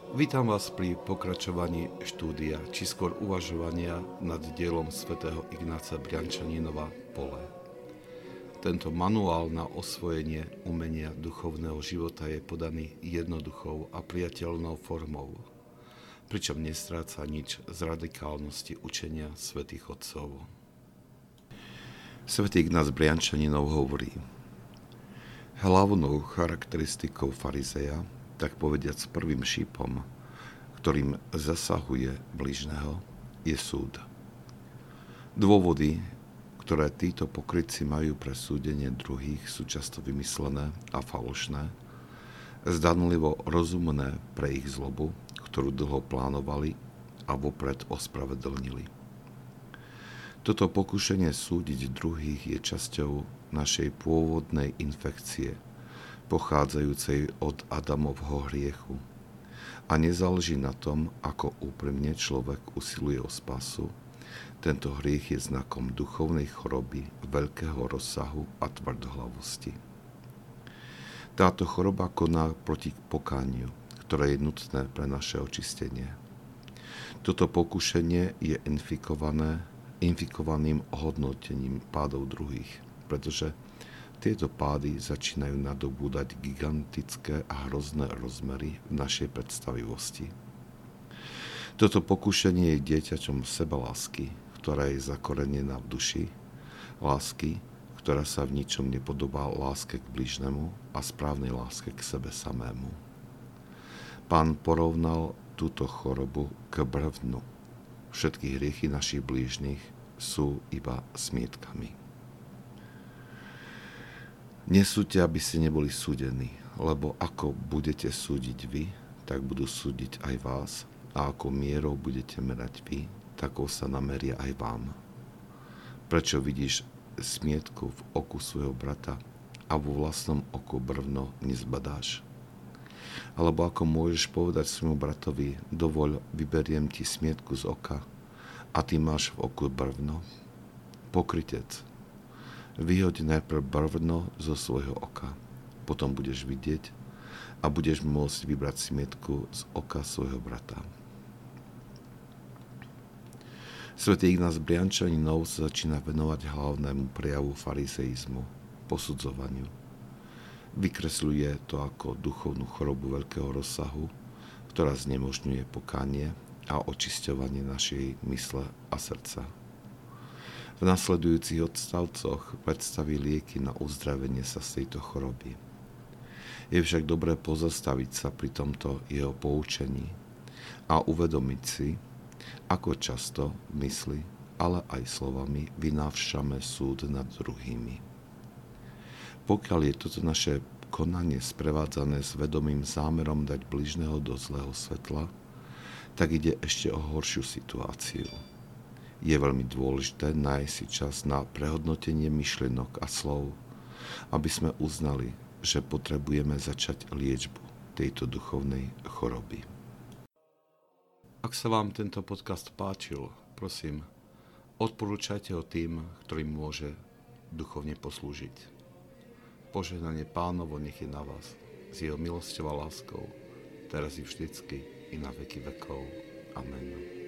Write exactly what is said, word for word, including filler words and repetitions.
Vítam vás pri pokračovaní štúdia, či skôr uvažovania nad dielom svätého Ignáca Briančaninova Pole. Tento manuál na osvojenie umenia duchovného života je podaný jednoduchou a priateľnou formou, pričom nestráca nič z radikálnosti učenia svätých otcov. Svätý Ignác Briančaninov hovorí: hlavnou charakteristikou farizeja, tak povediac prvým šípom, ktorým zasahuje bližného, je súd. Dôvody, ktoré títo pokrytci majú pre súdenie druhých, sú často vymyslené a falošné, zdanlivo rozumné pre ich zlobu, ktorú dlho plánovali a vopred ospravedlnili. Toto pokušenie súdiť druhých je časťou našej pôvodnej infekcie, pochádzajúcej od Adamovho hriechu, a nezáleží na tom, ako úprimne človek usiluje o spásu. Tento hriech je znakom duchovnej choroby veľkého rozsahu a tvrdohlavosti. Táto choroba koná proti pokániu, ktoré je nutné pre naše očistenie. Toto pokušenie je infikované, infikovaným hodnotením pádov druhých, pretože tieto pády začínajú nadobúdať gigantické a hrozné rozmery v našej predstavivosti. Toto pokušenie je dieťaťom sebalásky, ktorá je zakorenená v duši, lásky, ktorá sa v ničom nepodobá láske k blížnemu a správnej láske k sebe samému. Pán porovnal túto chorobu k brvnu. Všetky hriechy našich blížnych sú iba smietkami. Nesúďte, aby ste neboli súdení, lebo ako budete súdiť vy, tak budú súdiť aj vás, a ako mierou budete merať vy, takou sa nameria aj vám. Prečo vidíš smietku v oku svojho brata a vo vlastnom oku brvno nezbadáš? Alebo ako môžeš povedať svojmu bratovi: dovoľ, vyberiem ti smietku z oka, a ty máš v oku brvno? Pokrytec, vyhoď najprv brvno zo svojho oka, potom budeš vidieť a budeš môcť vybrať smietku z oka svojho brata. Svätý Ignác Briančaninov sa začína venovať hlavnému prejavu farizeizmu, posudzovaniu. Vykresľuje to ako duchovnú chorobu veľkého rozsahu, ktorá znemožňuje pokánie a očisťovanie našej mysle a srdca. V nasledujúcich odstavcoch predstaví lieky na uzdravenie sa z tejto choroby. Je však dobré pozastaviť sa pri tomto jeho poučení a uvedomiť si, ako často mysli, ale aj slovami vynášame súd nad druhými. Pokiaľ je toto naše konanie sprevádzané s vedomým zámerom dať bližného do zlého svetla, tak ide ešte o horšiu situáciu. Je veľmi dôležité nájsť si čas na prehodnotenie myšlienok a slov, aby sme uznali, že potrebujeme začať liečbu tejto duchovnej choroby. Ak sa vám tento podcast páčil, prosím, odporúčajte ho tým, ktorým môže duchovne poslúžiť. Požehnanie Pánovo nech je na vás, s jeho milosťou a láskou, teraz i vždycky, i na veky vekov. Amen.